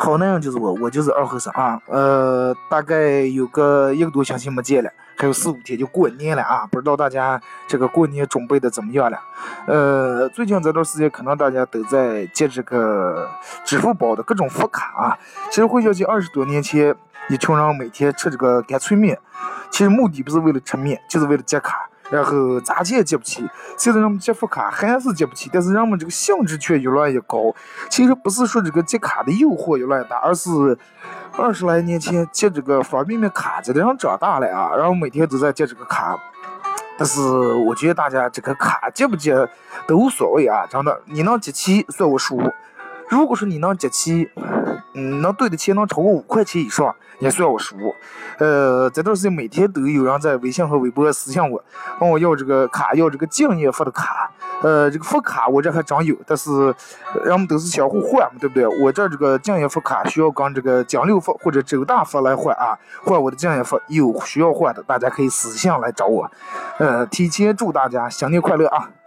好男人就是我，我就是二和尚啊。大概有个一个多星期没见了，还有4、5天就过年了啊。不知道大家这个过年准备的怎么样了？最近这段时间可能大家都在借这个支付宝的各种副卡啊。其实回想起20多年前，一群人每天吃这个干脆面，其实目的不是为了吃面，就是为了借卡。然后咋借也借不起，现在人们借副卡还是借不起，但是人们这个兴致却越来越高。其实不是说这个借卡的诱惑越来越大，而是20来年前借这个方便面卡借的人长大了啊，然后每天都在借这个卡。但是我觉得大家这个卡借不借都无所谓啊，真的，你能借齐算我输。如果说你能借齐，能对得起能超过5块钱以上，也算我输。这段时间每天都有人在微信和微博私信我，问我要这个卡，要这个敬业福的卡。这个副卡我这还真有，但是人们都是相互换嘛，对不对？我这个敬业福卡需要跟这个江六福或者周大福来换啊，换我的敬业福有需要换的，大家可以私信来找我。提前祝大家新年快乐啊！